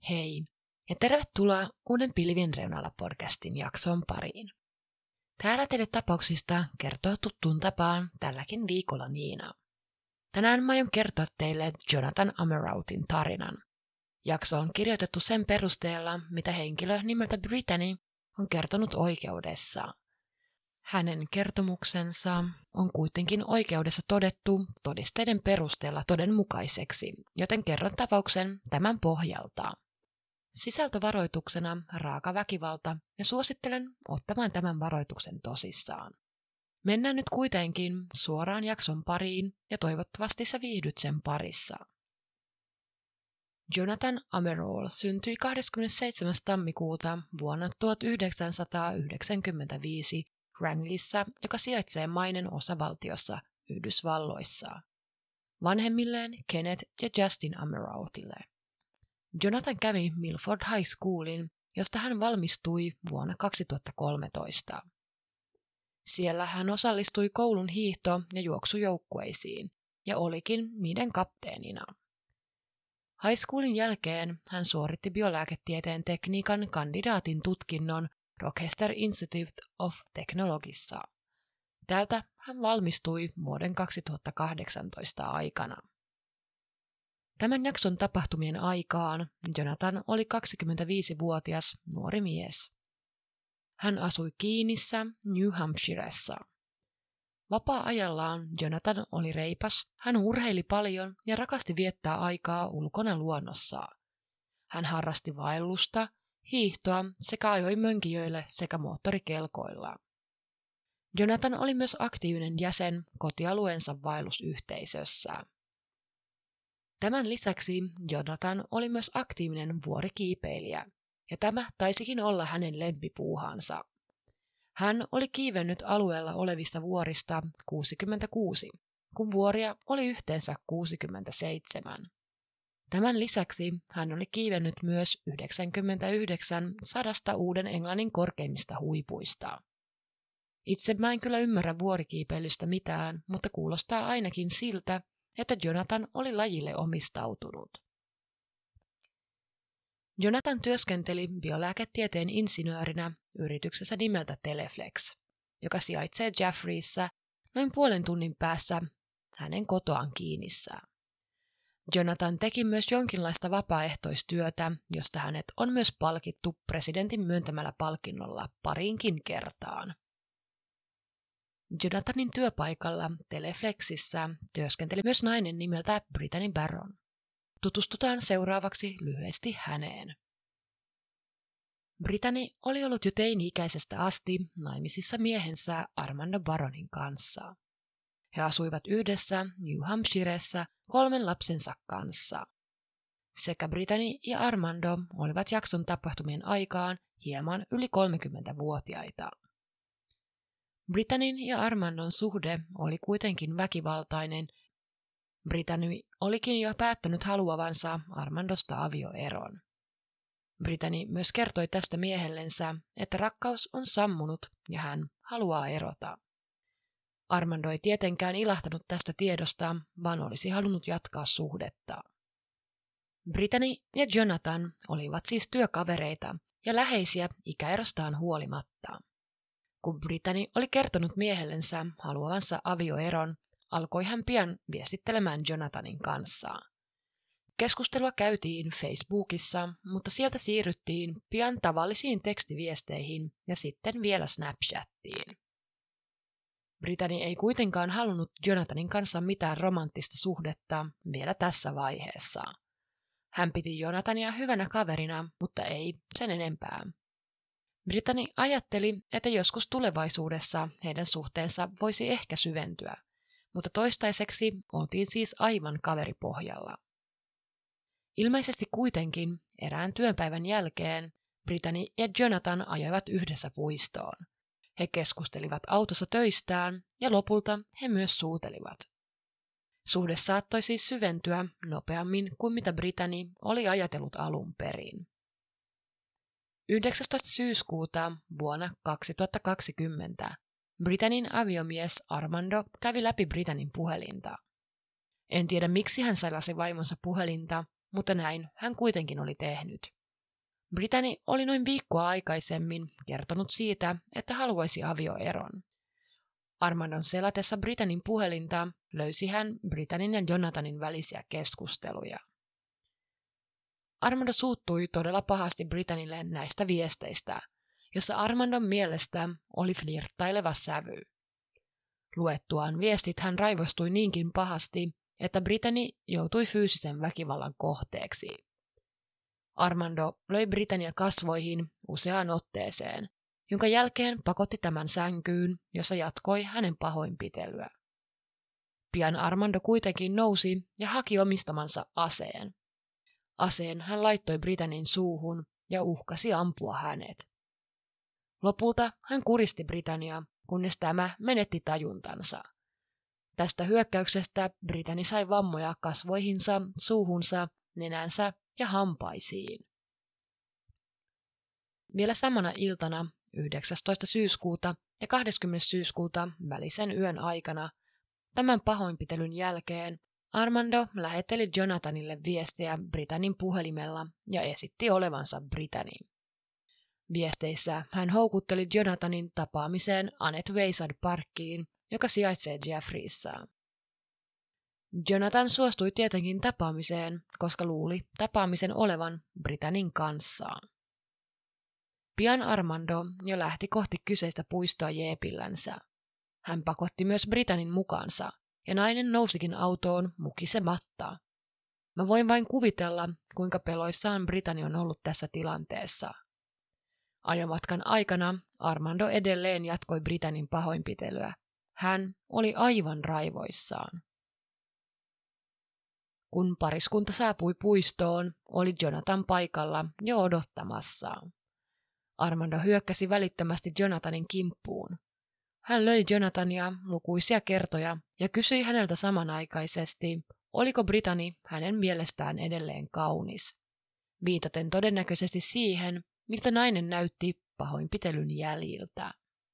Hei ja tervetuloa uuden Pilvien reunalla podcastin jaksoon pariin. Täällä teille tapauksista kertoo tuttuun tapaan tälläkin viikolla Niina. Tänään mä aion kertoa teille Jonathan Amerouthin tarinan. Jakso on kirjoitettu sen perusteella, mitä henkilö nimeltä Brittany on kertonut oikeudessa. Hänen kertomuksensa on kuitenkin oikeudessa todettu todisteiden perusteella todenmukaiseksi, joten kerron tapauksen tämän pohjalta. Sisältövaroituksena raaka väkivalta ja suosittelen ottamaan tämän varoituksen tosissaan. Mennään nyt kuitenkin suoraan jakson pariin ja toivottavasti sä viihdyt sen parissa. Jonathan Ameroul syntyi 27. tammikuuta vuonna 1995 Wrangleyssa, joka sijaitsee Mainen osavaltiossa Yhdysvalloissa. Vanhemmilleen Kenneth ja Justin Amerouthille. Jonathan kävi Milford High Schoolin, josta hän valmistui vuonna 2013. Siellä hän osallistui koulun hiihto- ja juoksujoukkueisiin ja olikin niiden kapteenina. High schoolin jälkeen hän suoritti biolääketieteen tekniikan kandidaatin tutkinnon Rochester Institute of Technologyssa. Täältä hän valmistui vuoden 2018 aikana. Tämän jakson tapahtumien aikaan Jonathan oli 25-vuotias nuori mies. Hän asui Keenissä, New Hampshiressa. Vapaa-ajallaan Jonathan oli reipas, hän urheili paljon ja rakasti viettää aikaa ulkona luonnossa. Hän harrasti vaellusta, hiihtoa sekä ajoi mönkijöille sekä moottorikelkoilla. Jonathan oli myös aktiivinen jäsen kotialueensa vaellusyhteisössä. Tämän lisäksi Jonathan oli myös aktiivinen vuorikiipeilijä, ja tämä taisikin olla hänen lempipuuhansa. Hän oli kiivennyt alueella olevista vuorista 66, kun vuoria oli yhteensä 67. Tämän lisäksi hän oli kiivennyt myös 99 sadasta uuden Englannin korkeimmista huipuista. Itse mä en kyllä ymmärrä vuorikiipeilystä mitään, mutta kuulostaa ainakin siltä, että Jonathan oli lajille omistautunut. Jonathan työskenteli biolääketieteen insinöörinä yrityksessä nimeltä Teleflex, joka sijaitsee Jaffreyssä noin puolen tunnin päässä hänen kotoaan Keenissä. Jonathan teki myös jonkinlaista vapaaehtoistyötä, josta hänet on myös palkittu presidentin myöntämällä palkinnolla pariinkin kertaan. Jonathanin työpaikalla Teleflexissä työskenteli myös nainen nimeltä Brittany Barron. Tutustutaan seuraavaksi lyhyesti häneen. Brittany oli ollut jo teini-ikäisestä asti naimisissa miehensä Armando Barronin kanssa. He asuivat yhdessä New Hampshiressa 3 lapsensa kanssa. Sekä Brittany ja Armando olivat jakson tapahtumien aikaan hieman yli 30-vuotiaita. Brittannyn ja Armandon suhde oli kuitenkin väkivaltainen. Brittany olikin jo päättänyt haluavansa Armandosta avioeron. Brittany myös kertoi tästä miehellensä, että rakkaus on sammunut ja hän haluaa erota. Armando ei tietenkään ilahtanut tästä tiedosta, vaan olisi halunnut jatkaa suhdetta. Brittany ja Jonathan olivat siis työkavereita ja läheisiä ikäerostaan huolimatta. Kun Brittany oli kertonut miehellensä haluavansa avioeron, alkoi hän pian viestittelemään Jonathanin kanssa. Keskustelua käytiin Facebookissa, mutta sieltä siirryttiin pian tavallisiin tekstiviesteihin ja sitten vielä Snapchattiin. Brittany ei kuitenkaan halunnut Jonathanin kanssa mitään romanttista suhdetta vielä tässä vaiheessa. Hän piti Jonathania hyvänä kaverina, mutta ei sen enempää. Brittany ajatteli, että joskus tulevaisuudessa heidän suhteensa voisi ehkä syventyä, mutta toistaiseksi oltiin siis aivan kaveripohjalla. Ilmeisesti kuitenkin erään työpäivän jälkeen Brittany ja Jonathan ajoivat yhdessä puistoon. He keskustelivat autossa töistään ja lopulta he myös suutelivat. Suhde saattoi siis syventyä nopeammin kuin mitä Brittany oli ajatellut alun perin. 19. syyskuuta vuonna 2020 Brittannyn aviomies Armando kävi läpi Brittannyn puhelinta. En tiedä miksi hän salasi vaimonsa puhelinta, mutta näin hän kuitenkin oli tehnyt. Brittany oli noin viikkoa aikaisemmin kertonut siitä, että haluaisi avioeron. Armandon selatessa Brittannyn puhelinta löysi hän Brittannyn ja Jonathanin välisiä keskusteluja. Armando suuttui todella pahasti Brittanylle näistä viesteistä, jossa Armandon mielestä oli flirttaileva sävy. Luettuaan viestit hän raivostui niinkin pahasti, että Brittany joutui fyysisen väkivallan kohteeksi. Armando löi Britannia kasvoihin useaan otteeseen, jonka jälkeen pakotti tämän sänkyyn, jossa jatkoi hänen pahoinpitelyä. Pian Armando kuitenkin nousi ja haki omistamansa aseen. Aseen hän laittoi Brittannyn suuhun ja uhkasi ampua hänet. Lopulta hän kuristi Britannia, kunnes tämä menetti tajuntansa. Tästä hyökkäyksestä Brittany sai vammoja kasvoihinsa, suuhunsa, nenänsä ja hampaisiin. Vielä samana iltana 19. syyskuuta ja 20. syyskuuta välisen yön aikana tämän pahoinpitelyn jälkeen Armando lähetteli Jonathanille viestiä Brittannyn puhelimella ja esitti olevansa Brittany. Viesteissä hän houkutteli Jonathanin tapaamiseen Annette Wayside Parkkiin, joka sijaitsee Jeffreyssä. Jonathan suostui tietenkin tapaamiseen, koska luuli tapaamisen olevan Brittannyn kanssa. Pian Armando jo lähti kohti kyseistä puistoa jeepillänsä. Hän pakotti myös Brittannyn mukaansa, ja nainen nousikin autoon mukisematta. Mä voin vain kuvitella, kuinka peloissaan Brittany on ollut tässä tilanteessa. Ajomatkan aikana Armando edelleen jatkoi Brittannyn pahoinpitelyä. Hän oli aivan raivoissaan. Kun pariskunta saapui puistoon, oli Jonathan paikalla jo odottamassa. Armando hyökkäsi välittömästi Jonathanin kimppuun. Hän löi Jonathania lukuisia kertoja ja kysyi häneltä samanaikaisesti, oliko Brittany hänen mielestään edelleen kaunis, viitaten todennäköisesti siihen, miltä nainen näytti pahoinpitelyn jäljiltä.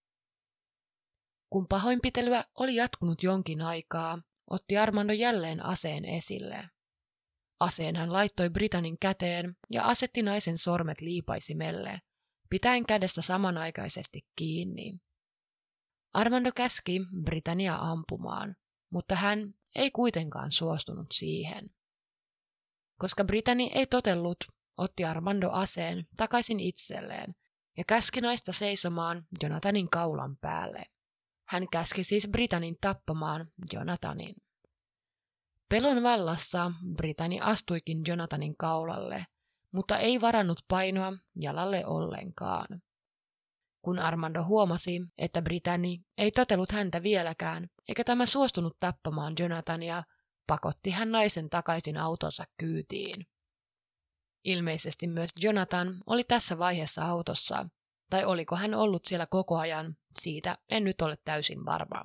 Kun pahoinpitelyä oli jatkunut jonkin aikaa, otti Armando jälleen aseen esille. Aseen hän laittoi Brittannyn käteen ja asetti naisen sormet liipaisimelle, pitäen kädestä samanaikaisesti kiinni. Armando käski Britannia ampumaan, mutta hän ei kuitenkaan suostunut siihen. Koska Brittany ei totellut, otti Armando aseen takaisin itselleen ja käski naista seisomaan Jonathanin kaulan päälle. Hän käski siis Brittannyn tappamaan Jonathanin. Pelon vallassa Brittany astuikin Jonathanin kaulalle, mutta ei varannut painoa jalalle ollenkaan. Kun Armando huomasi, että Brittany ei totellut häntä vieläkään, eikä tämä suostunut tappamaan Jonathania, pakotti hän naisen takaisin autonsa kyytiin. Ilmeisesti myös Jonathan oli tässä vaiheessa autossa, tai oliko hän ollut siellä koko ajan, siitä en nyt ole täysin varma.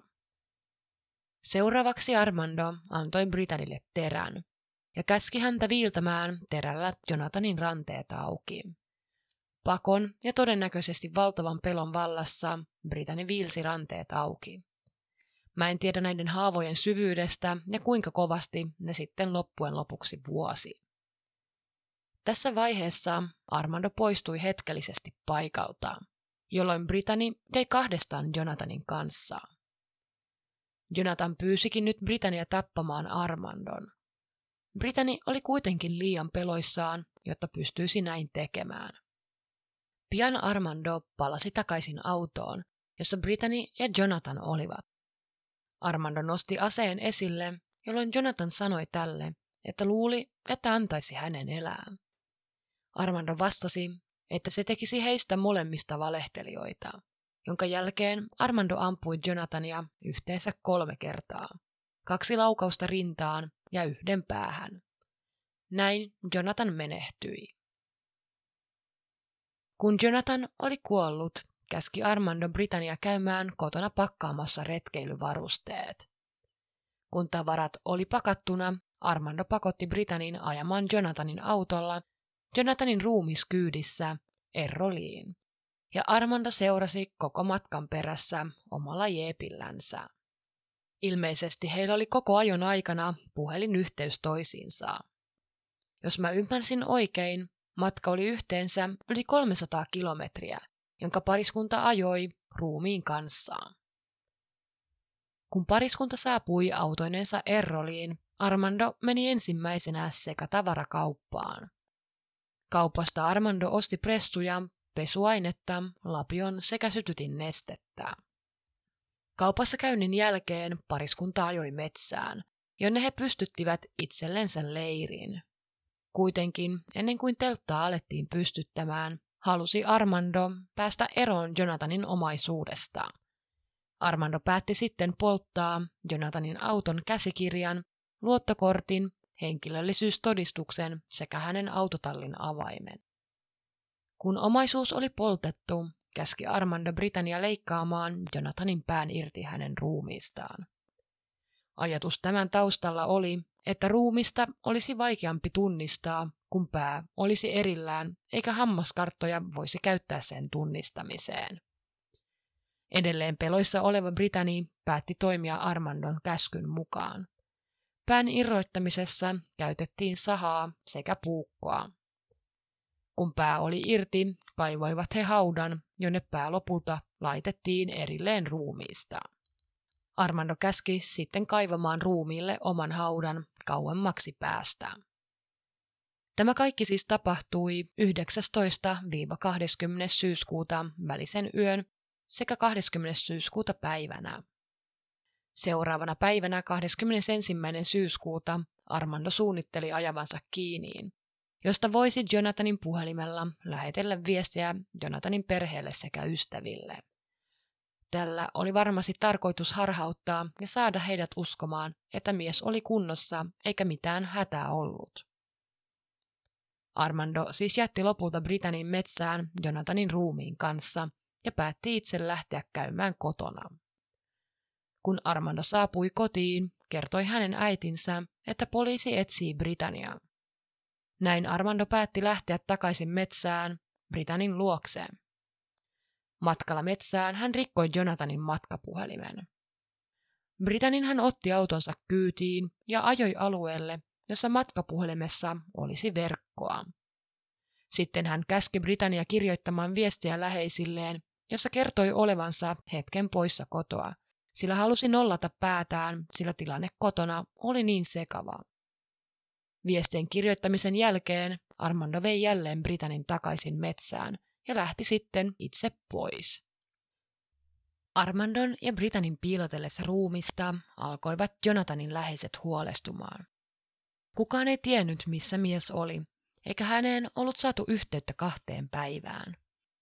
Seuraavaksi Armando antoi Brittanylle terän ja käski häntä viiltämään terällä Jonathanin ranteet auki. Pakon ja todennäköisesti valtavan pelon vallassa Brittany viilsi ranteet auki. Mä en tiedä näiden haavojen syvyydestä ja kuinka kovasti ne sitten loppujen lopuksi vuosi. Tässä vaiheessa Armando poistui hetkellisesti paikalta, jolloin Brittany jäi kahdestaan Jonathanin kanssa. Jonathan pyysikin nyt Britannia tappamaan Armandon. Brittany oli kuitenkin liian peloissaan, jotta pystyisi näin tekemään. Pian Armando palasi takaisin autoon, jossa Brittany ja Jonathan olivat. Armando nosti aseen esille, jolloin Jonathan sanoi tälle, että luuli, että antaisi hänen elää. Armando vastasi, että se tekisi heistä molemmista valehtelijoita, jonka jälkeen Armando ampui Jonathania yhteensä 3 kertaa, 2 laukausta rintaan ja 1 päähän. Näin Jonathan menehtyi. Kun Jonathan oli kuollut, käski Armando Britannia käymään kotona pakkaamassa retkeilyvarusteet. Kun tavarat oli pakattuna, Armando pakotti Brittannyn ajamaan Jonathanin autolla Jonathanin ruumis kyydissä Erroliin, ja Armando seurasi koko matkan perässä omalla jeepillänsä. Ilmeisesti heillä oli koko ajon aikana puhelinyhteys toisiinsa. Jos mä ymmärsin oikein, Matka oli yhteensä yli 300 kilometriä, jonka pariskunta ajoi ruumiin kanssaan. Kun pariskunta saapui autoinensa Erroliin, Armando meni ensimmäisenä sekatavarakauppaan. Kaupasta Armando osti pressuja, pesuainetta, lapion sekä sytytinnestettä. Kaupassa käynnin jälkeen pariskunta ajoi metsään, jonne he pystyttivät itsellensä leirin. Kuitenkin, ennen kuin telttaa alettiin pystyttämään, halusi Armando päästä eroon Jonathanin omaisuudesta. Armando päätti sitten polttaa Jonathanin auton käsikirjan, luottokortin, henkilöllisyystodistuksen sekä hänen autotallin avaimen. Kun omaisuus oli poltettu, käski Armando Britannia leikkaamaan Jonathanin pään irti hänen ruumiistaan. Ajatus tämän taustalla oli, että ruumista olisi vaikeampi tunnistaa, kun pää olisi erillään, eikä hammaskarttoja voisi käyttää sen tunnistamiseen. Edelleen peloissa oleva Britannia päätti toimia Armandon käskyn mukaan. Pään irrottamisessa käytettiin sahaa sekä puukkoa. Kun pää oli irti, kaivoivat he haudan, jonne pää lopulta laitettiin erilleen ruumiista. Armando käski sitten kaivamaan ruumiille oman haudan kauemmaksi päästä. Tämä kaikki siis tapahtui 19–20. syyskuuta välisen yön sekä 20. syyskuuta päivänä. Seuraavana päivänä 21. syyskuuta Armando suunnitteli ajavansa Keeniin, josta voisi Jonathanin puhelimella lähetellä viestiä Jonathanin perheelle sekä ystäville. Tällä oli varmasti tarkoitus harhauttaa ja saada heidät uskomaan, että mies oli kunnossa eikä mitään hätää ollut. Armando siis jätti lopulta Britannin metsään Jonathanin ruumiin kanssa ja päätti itse lähteä käymään kotona. Kun Armando saapui kotiin, kertoi hänen äitinsä, että poliisi etsii Britanniaa. Näin Armando päätti lähteä takaisin metsään Britannin luokseen. Matkalla metsään hän rikkoi Jonathanin matkapuhelimen. Britannin hän otti autonsa kyytiin ja ajoi alueelle, jossa matkapuhelimessa olisi verkkoa. Sitten hän käski Britannia kirjoittamaan viestiä läheisilleen, jossa kertoi olevansa hetken poissa kotoa, sillä halusi nollata päätään, sillä tilanne kotona oli niin sekava. Viestien kirjoittamisen jälkeen Armando vei jälleen Britannin takaisin metsään ja lähti sitten itse pois. Armandon ja Britannin piilotellessa ruumista alkoivat Jonathanin läheiset huolestumaan. Kukaan ei tiennyt, missä mies oli, eikä häneen ollut saatu yhteyttä 2 päivään.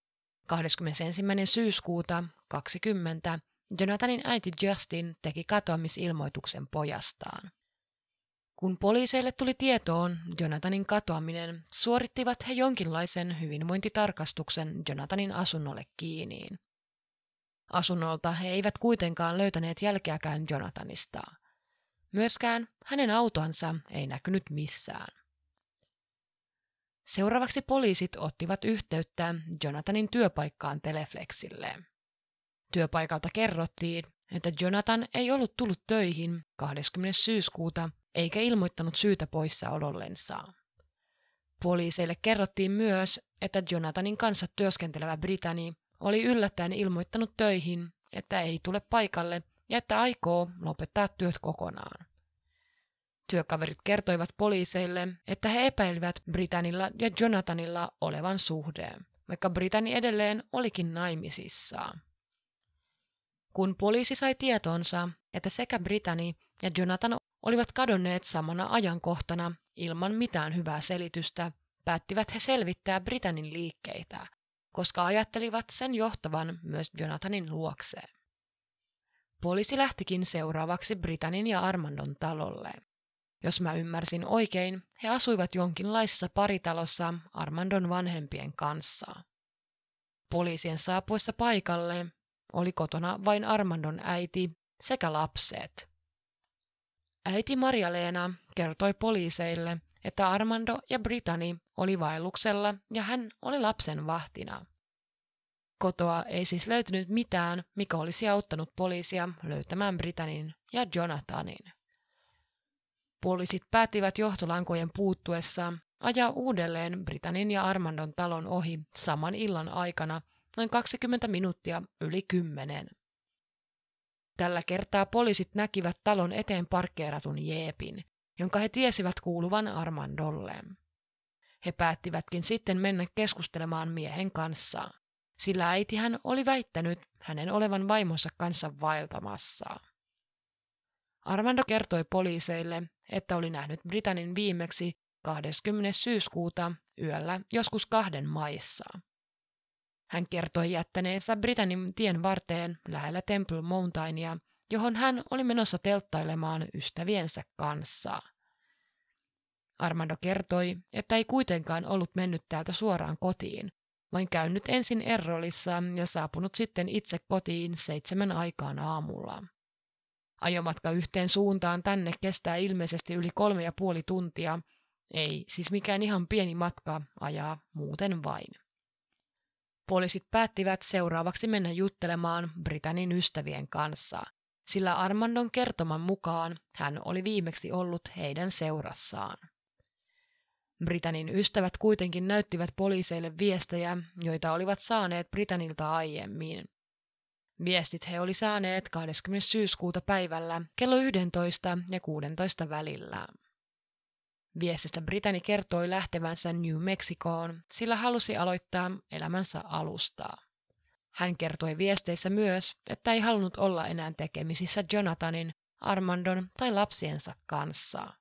21. syyskuuta 20 Jonathanin äiti Justin teki katoamisilmoituksen pojastaan. Kun poliiseille tuli tietoon Jonathanin katoaminen, suorittivat he jonkinlaisen hyvinvointitarkastuksen Jonathanin asunnolle Keeniin. Asunnolta he eivät kuitenkaan löytäneet jälkeäkään Jonathanista. Myöskään hänen autonsa ei näkynyt missään. Seuraavaksi poliisit ottivat yhteyttä Jonathanin työpaikkaan Teleflexille. Työpaikalta kerrottiin, että Jonathan ei ollut tullut töihin 20. syyskuuta eikä ilmoittanut syytä poissaolollensa. Poliiseille kerrottiin myös, että Jonathanin kanssa työskentelevä Britannia oli yllättäen ilmoittanut töihin, että ei tule paikalle ja että aikoo lopettaa työt kokonaan. Työkaverit kertoivat poliiseille, että he epäilivät Britanilla ja Jonathanilla olevan suhde, vaikka Britannia edelleen olikin naimisissa. Kun poliisi sai tietonsa, että sekä Britannia ja Jonathan olivat kadonneet samana ajankohtana ilman mitään hyvää selitystä, päättivät he selvittää Britannin liikkeitä, koska ajattelivat sen johtavan myös Jonathanin luokseen. Poliisi lähtikin seuraavaksi Britannin ja Armandon talolle. Jos mä ymmärsin oikein, he asuivat jonkinlaisessa paritalossa Armandon vanhempien kanssa. Poliisien saapuessa paikalle oli kotona vain Armandon äiti sekä lapset. Äiti Maria-Leena kertoi poliiseille, että Armando ja Britannia oli vaelluksella ja hän oli lapsen vahtina. Kotoa ei siis löytynyt mitään, mikä olisi auttanut poliisia löytämään Britannin ja Jonathanin. Poliisit päättivät johtolankojen puuttuessa ajaa uudelleen Britannin ja Armandon talon ohi saman illan aikana noin 20 minuuttia yli 10. Tällä kertaa poliisit näkivät talon eteen parkkeeratun jeepin, jonka he tiesivät kuuluvan Armandolle. He päättivätkin sitten mennä keskustelemaan miehen kanssa, sillä äitihän oli väittänyt hänen olevan vaimonsa kanssa vaeltamassa. Armando kertoi poliiseille, että oli nähnyt Britannin viimeksi 20. syyskuuta yöllä joskus 2 maissa. Hän kertoi jättäneensä Britannin tien varteen lähellä Temple Mountainia, johon hän oli menossa telttailemaan ystäviensä kanssa. Armando kertoi, että ei kuitenkaan ollut mennyt täältä suoraan kotiin, vaan käynyt ensin Errolissa ja saapunut sitten itse kotiin 7 aikaan aamulla. Ajomatka yhteen suuntaan tänne kestää ilmeisesti yli 3,5 tuntia, ei siis mikään ihan pieni matka ajaa muuten vain. Poliisit päättivät seuraavaksi mennä juttelemaan Britannin ystävien kanssa, sillä Armandon kertoman mukaan hän oli viimeksi ollut heidän seurassaan. Britannin ystävät kuitenkin näyttivät poliiseille viestejä, joita olivat saaneet Britannilta aiemmin. Viestit he oli saaneet 20. syyskuuta päivällä kello 11 ja 16 välillä. Viestistä Britanni kertoi lähtevänsä New Mexicoon, sillä halusi aloittaa elämänsä alusta. Hän kertoi viesteissä myös, että ei halunnut olla enää tekemisissä Jonathanin, Armandon tai lapsiensa kanssa.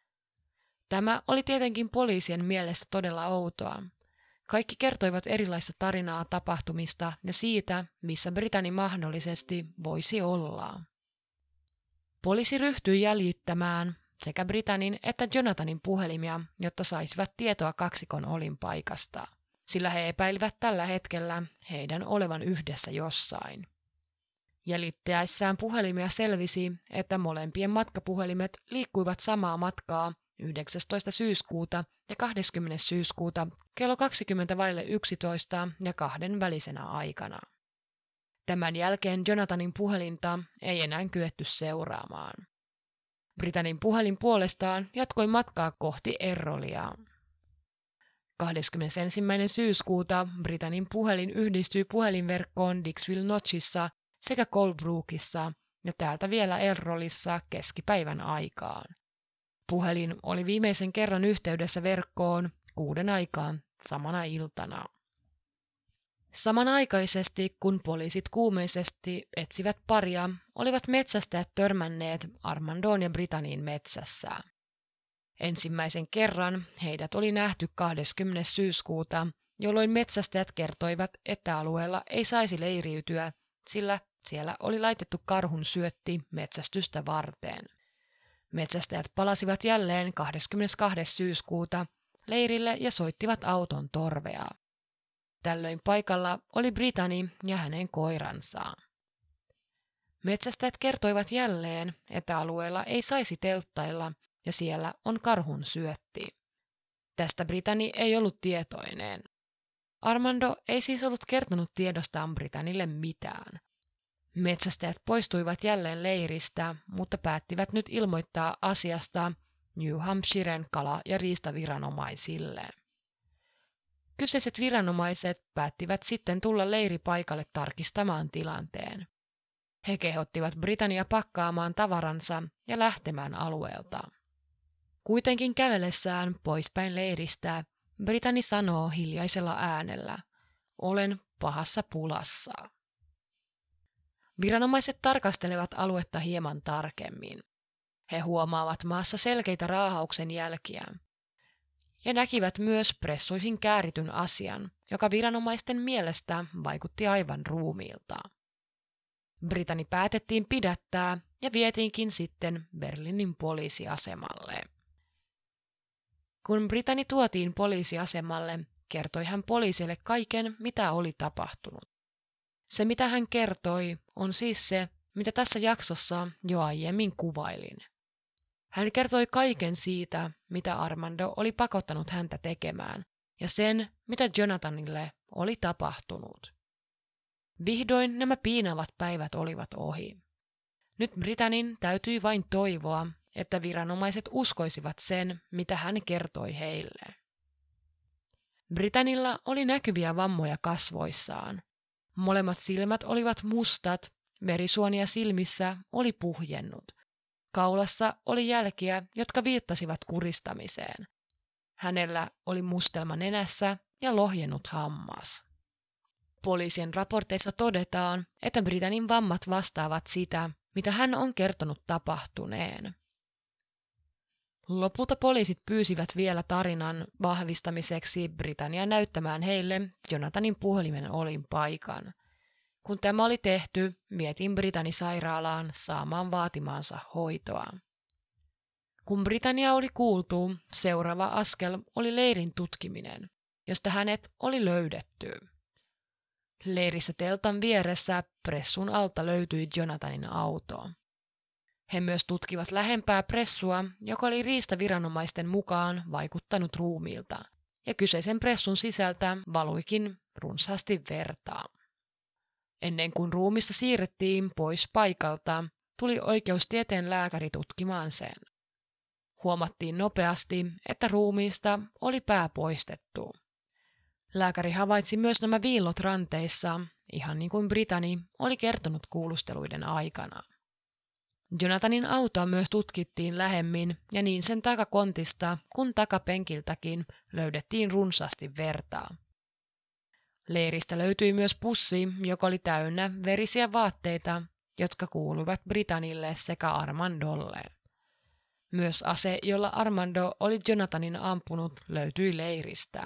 Tämä oli tietenkin poliisien mielestä todella outoa. Kaikki kertoivat erilaista tarinaa tapahtumista ja siitä, missä Britanni mahdollisesti voisi olla. Poliisi ryhtyi jäljittämään sekä Britannin että Jonathanin puhelimia, jotta saisivat tietoa kaksikon olinpaikasta, sillä he epäilivät tällä hetkellä heidän olevan yhdessä jossain. Jäljittäessään puhelimia selvisi, että molempien matkapuhelimet liikkuivat samaa matkaa 19. syyskuuta ja 20. syyskuuta kello 20:11 ja 2 välisenä aikana. Tämän jälkeen Jonathanin puhelinta ei enää kyetty seuraamaan. Britannin puhelin puolestaan jatkoi matkaa kohti Errolia. 21. syyskuuta Britannin puhelin yhdistyi puhelinverkkoon Dixville Notchissa sekä Colebrookissa ja täältä vielä Errolissa keskipäivän aikaan. Puhelin oli viimeisen kerran yhteydessä verkkoon 6 aikaan samana iltana. Samanaikaisesti, kun poliisit kuumeisesti etsivät paria, olivat metsästäjät törmänneet Armandoon ja Britanniin metsässä. Ensimmäisen kerran heidät oli nähty 20. syyskuuta, jolloin metsästäjät kertoivat, että alueella ei saisi leiriytyä, sillä siellä oli laitettu karhun syötti metsästystä varten. Metsästäjät palasivat jälleen 22. syyskuuta leirille ja soittivat auton torvea. Tällöin paikalla oli Britanni ja hänen koiransa. Metsästäjät kertoivat jälleen, että alueella ei saisi telttailla ja siellä on karhun syötti. Tästä Britanni ei ollut tietoinen. Armando ei siis ollut kertonut tiedostaan Britannille mitään. Metsästäjät poistuivat jälleen leiristä, mutta päättivät nyt ilmoittaa asiasta New Hampshiren kala- ja riistaviranomaisille. Kyseiset viranomaiset päättivät sitten tulla leiripaikalle tarkistamaan tilanteen. He kehottivat Britannia pakkaamaan tavaransa ja lähtemään alueelta. Kuitenkin kävellessään poispäin leiristä, Britanni sanoo hiljaisella äänellä, "Olen pahassa pulassa." Viranomaiset tarkastelevat aluetta hieman tarkemmin. He huomaavat maassa selkeitä raahauksen jälkiä ja näkivät myös pressuihin käärityn asian, joka viranomaisten mielestä vaikutti aivan ruumiilta. Britanni päätettiin pidättää ja vietiinkin sitten Berliinin poliisiasemalle. Kun Britanni tuotiin poliisiasemalle, kertoi hän poliisille kaiken, mitä oli tapahtunut. Se, mitä hän kertoi, on siis se, mitä tässä jaksossa jo aiemmin kuvailin. Hän kertoi kaiken siitä, mitä Armando oli pakottanut häntä tekemään, ja sen, mitä Jonathanille oli tapahtunut. Vihdoin nämä piinaavat päivät olivat ohi. Nyt Britannin täytyi vain toivoa, että viranomaiset uskoisivat sen, mitä hän kertoi heille. Britanilla oli näkyviä vammoja kasvoissaan. Molemmat silmät olivat mustat, verisuonia silmissä oli puhjennut. Kaulassa oli jälkiä, jotka viittasivat kuristamiseen. Hänellä oli mustelma nenässä ja lohjennut hammas. Poliisien raporteissa todetaan, että Britannin vammat vastaavat sitä, mitä hän on kertonut tapahtuneen. Lopulta poliisit pyysivät vielä tarinan vahvistamiseksi Britannia näyttämään heille Jonathanin puhelimen olinpaikan. Kun tämä oli tehty, vietiin Britanni sairaalaan saamaan vaatimaansa hoitoa. Kun Britannia oli kuultu, seuraava askel oli leirin tutkiminen, josta hänet oli löydetty. Leirissä teltan vieressä pressun alta löytyi Jonathanin auto. He myös tutkivat lähempää pressua, joka oli riistaviranomaisten mukaan vaikuttanut ruumiilta, ja kyseisen pressun sisältä valuikin runsaasti vertaa. Ennen kuin ruumista siirrettiin pois paikalta, tuli oikeustieteen lääkäri tutkimaan sen. Huomattiin nopeasti, että ruumiista oli pää poistettu. Lääkäri havaitsi myös nämä viillot ranteissa, ihan niin kuin Britanni oli kertonut kuulusteluiden aikana. Jonathanin autoa myös tutkittiin lähemmin ja niin sen takakontista kuin takapenkiltäkin löydettiin runsaasti vertaa. Leiristä löytyi myös pussi, joka oli täynnä verisiä vaatteita, jotka kuuluivat Britannille sekä Armandolle. Myös ase, jolla Armando oli Jonathanin ampunut, löytyi leiristä.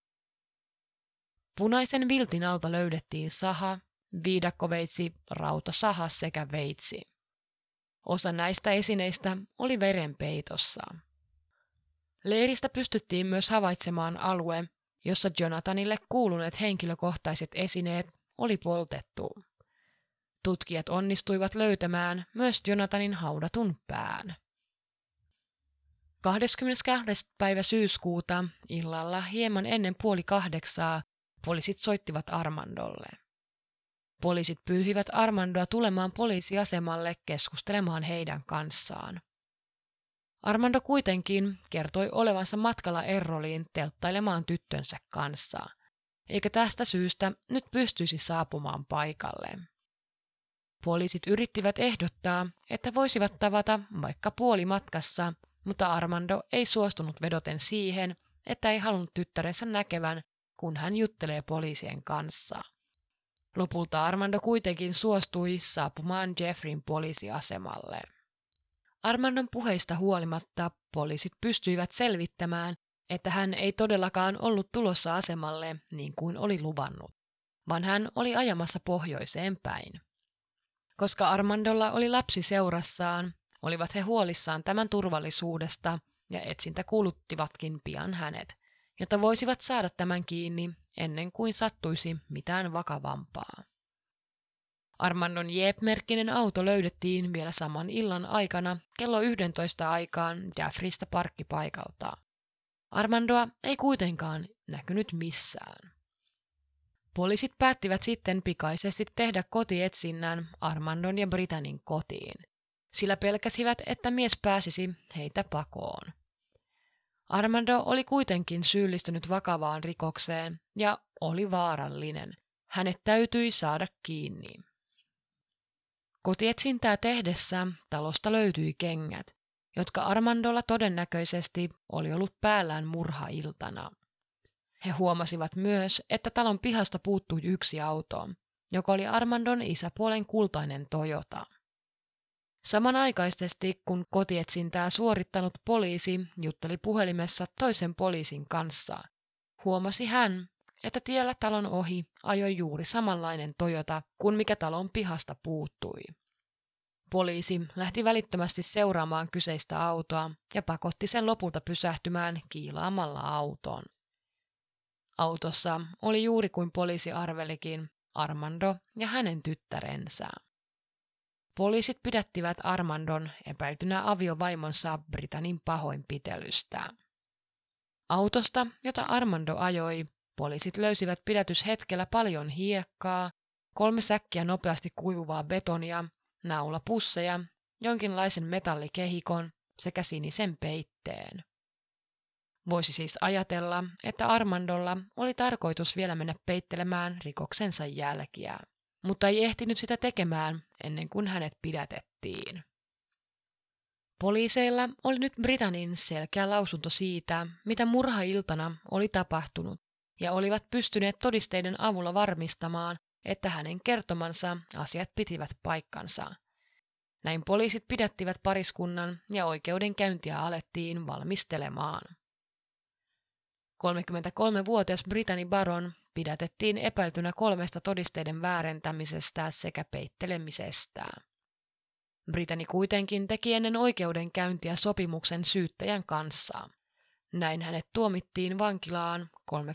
Punaisen viltin alta löydettiin saha, viidakkoveitsi, rautasaha sekä veitsi. Osa näistä esineistä oli verenpeitossa. Leiristä pystyttiin myös havaitsemaan alue, jossa Jonathanille kuuluneet henkilökohtaiset esineet oli poltettu. Tutkijat onnistuivat löytämään myös Jonathanin haudatun pään. 22. päivä syyskuuta illalla hieman ennen 7:30 poliisit soittivat Armandolle. Poliisit pyysivät Armandoa tulemaan poliisiasemalle keskustelemaan heidän kanssaan. Armando kuitenkin kertoi olevansa matkalla Erroliin telttailemaan tyttönsä kanssa, eikä tästä syystä nyt pystyisi saapumaan paikalle. Poliisit yrittivät ehdottaa, että voisivat tavata vaikka puolimatkassa, mutta Armando ei suostunut vedoten siihen, että ei halunnut tyttärensä näkevän, kun hän juttelee poliisien kanssa. Lopulta Armando kuitenkin suostui saapumaan Jeffreyn poliisiasemalle. Armandon puheista huolimatta poliisit pystyivät selvittämään, että hän ei todellakaan ollut tulossa asemalle niin kuin oli luvannut, vaan hän oli ajamassa pohjoiseen päin. Koska Armandolla oli lapsi seurassaan, olivat he huolissaan tämän turvallisuudesta ja etsintäkuuluttivatkin pian hänet, jotta voisivat saada tämän kiinni ennen kuin sattuisi mitään vakavampaa. Armandon Jeep-merkkinen auto löydettiin vielä saman illan aikana kello 11 aikaan Jeffreystä parkkipaikalta. Armandoa ei kuitenkaan näkynyt missään. Poliisit päättivät sitten pikaisesti tehdä kotietsinnän Armandon ja Britannin kotiin, sillä pelkäsivät, että mies pääsisi heitä pakoon. Armando oli kuitenkin syyllistynyt vakavaan rikokseen ja oli vaarallinen. Hänet täytyi saada kiinni. Kotietsintää tehdessä talosta löytyi kengät, jotka Armandolla todennäköisesti oli ollut päällään murhailtana. He huomasivat myös, että talon pihasta puuttui yksi auto, joka oli Armandon isäpuolen kultainen Toyota. Samanaikaisesti, kun kotietsintää suorittanut poliisi jutteli puhelimessa toisen poliisin kanssa, huomasi hän, että tiellä talon ohi ajoi juuri samanlainen Toyota kuin mikä talon pihasta puuttui. Poliisi lähti välittömästi seuraamaan kyseistä autoa ja pakotti sen lopulta pysähtymään kiilaamalla autoon. Autossa oli juuri kuin poliisi arvelikin Armando ja hänen tyttärensä. Poliisit pidättivät Armandon epäiltynä aviovaimonsa Britannin pahoinpitelystä. Autosta, jota Armando ajoi, poliisit löysivät pidätyshetkellä paljon hiekkaa, 3 säkkiä nopeasti kuivuvaa betonia, naulapusseja, jonkinlaisen metallikehikon sekä sinisen peitteen. Voisi siis ajatella, että Armandolla oli tarkoitus vielä mennä peittelemään rikoksensa jälkiä, mutta ei ehtinyt sitä tekemään ennen kuin hänet pidätettiin. Poliiseilla oli nyt Britannin selkeä lausunto siitä, mitä murhailtana oli tapahtunut, ja olivat pystyneet todisteiden avulla varmistamaan, että hänen kertomansa asiat pitivät paikkansa. Näin poliisit pidättivät pariskunnan ja oikeudenkäyntiä alettiin valmistelemaan. 33-vuotias Brittany Baron pidätettiin epäiltynä 3 todisteiden väärentämisestä sekä peittelemisestä. Brittany kuitenkin teki ennen oikeudenkäyntiä sopimuksen syyttäjän kanssa. Näin hänet tuomittiin vankilaan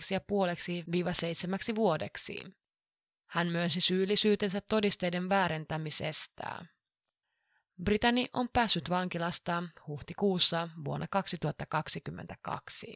3,5–7 vuodeksi. Hän myönsi syyllisyytensä todisteiden väärentämisestä. Brittany on päässyt vankilasta huhtikuussa vuonna 2022.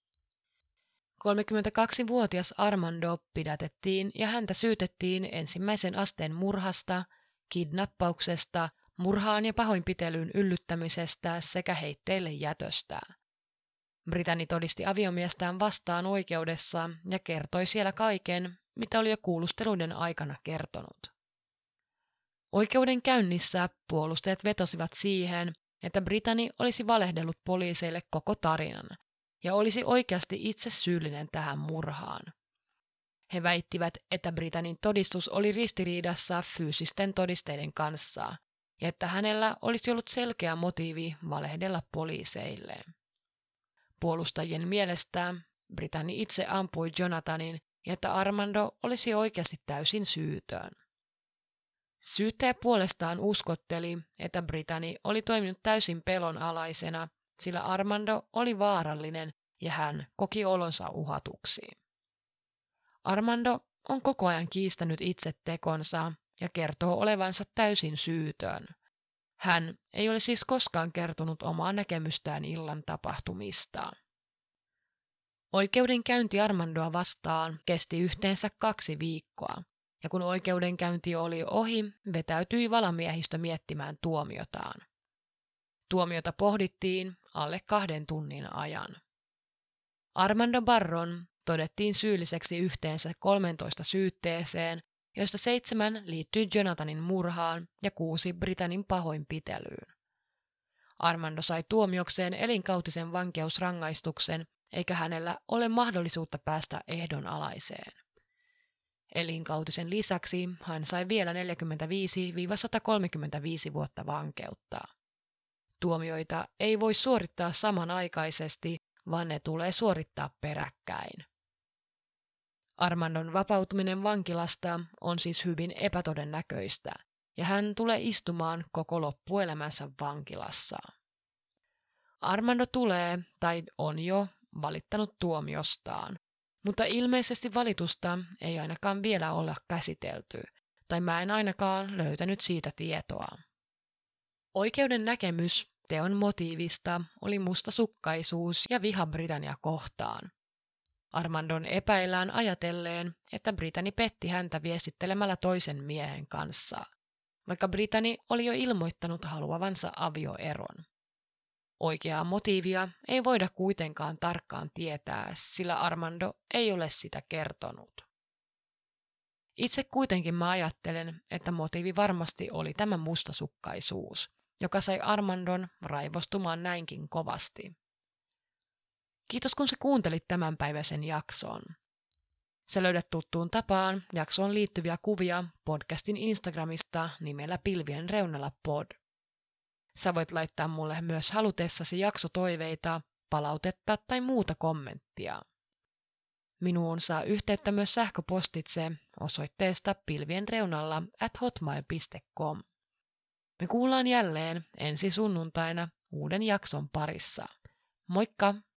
32-vuotias Armando pidätettiin ja häntä syytettiin ensimmäisen asteen murhasta, kidnappauksesta, murhaan ja pahoinpitelyyn yllyttämisestä sekä heitteille jätöstä. Brittany todisti aviomiestään vastaan oikeudessa ja kertoi siellä kaiken, mitä oli jo kuulusteluiden aikana kertonut. Oikeudenkäynnissä puolustajat vetosivat siihen, että Brittany olisi valehdellut poliiseille koko tarinan ja olisi oikeasti itse syyllinen tähän murhaan. He väittivät, että Brittannyn todistus oli ristiriidassa fyysisten todisteiden kanssa ja että hänellä olisi ollut selkeä motiivi valehdella poliiseille. Puolustajien mielestä Brittany itse ampui Jonathanin ja että Armando olisi oikeasti täysin syytön. Syyttäjä puolestaan uskotteli, että Brittany oli toiminut täysin pelonalaisena, sillä Armando oli vaarallinen ja hän koki olonsa uhatuksi. Armando on koko ajan kiistänyt itse tekonsa ja kertoo olevansa täysin syytön. Hän ei ole siis koskaan kertonut omaa näkemystään illan tapahtumista. Oikeudenkäynti Armandoa vastaan kesti yhteensä 2 viikkoa, ja kun oikeudenkäynti oli ohi, vetäytyi valamiehistö miettimään tuomiotaan. Tuomiota pohdittiin alle 2 tunnin ajan. Armando Barron todettiin syylliseksi yhteensä 13 syytteeseen, joista 7 liittyi Jonathanin murhaan ja 6 Brittannyn pahoinpitelyyn. Armando sai tuomiokseen elinkautisen vankeusrangaistuksen, eikä hänellä ole mahdollisuutta päästä ehdonalaiseen. Elinkautisen lisäksi hän sai vielä 45–135 vuotta vankeutta. Tuomioita ei voi suorittaa samanaikaisesti, vaan ne tulee suorittaa peräkkäin. Armandon vapautuminen vankilasta on siis hyvin epätodennäköistä, ja hän tulee istumaan koko loppuelämänsä vankilassa. Armando tulee tai on jo valittanut tuomiostaan, mutta ilmeisesti valitusta ei ainakaan vielä olla käsitelty, tai mä en ainakaan löytänyt siitä tietoa. Oikeuden näkemys teon motiivista oli mustasukkaisuus ja viha Britannia kohtaan. Armandon epäillään ajatelleen, että Brittany petti häntä viestittelemällä toisen miehen kanssa, vaikka Brittany oli jo ilmoittanut haluavansa avioeron. Oikeaa motiivia ei voida kuitenkaan tarkkaan tietää, sillä Armando ei ole sitä kertonut. Itse kuitenkin mä ajattelen, että motiivi varmasti oli tämä mustasukkaisuus, joka sai Armandon raivostumaan näinkin kovasti. Kiitos kun sä kuuntelit tämänpäiväisen jakson. Sä löydät tuttuun tapaan jaksoon liittyviä kuvia podcastin Instagramista nimellä Pilvien reunalla pod. Sä voit laittaa mulle myös halutessasi jaksotoiveita, palautetta tai muuta kommenttia. Minuun saa yhteyttä myös sähköpostitse osoitteesta pilvienreunalla@hotmail.com. Me kuullaan jälleen ensi sunnuntaina uuden jakson parissa. Moikka!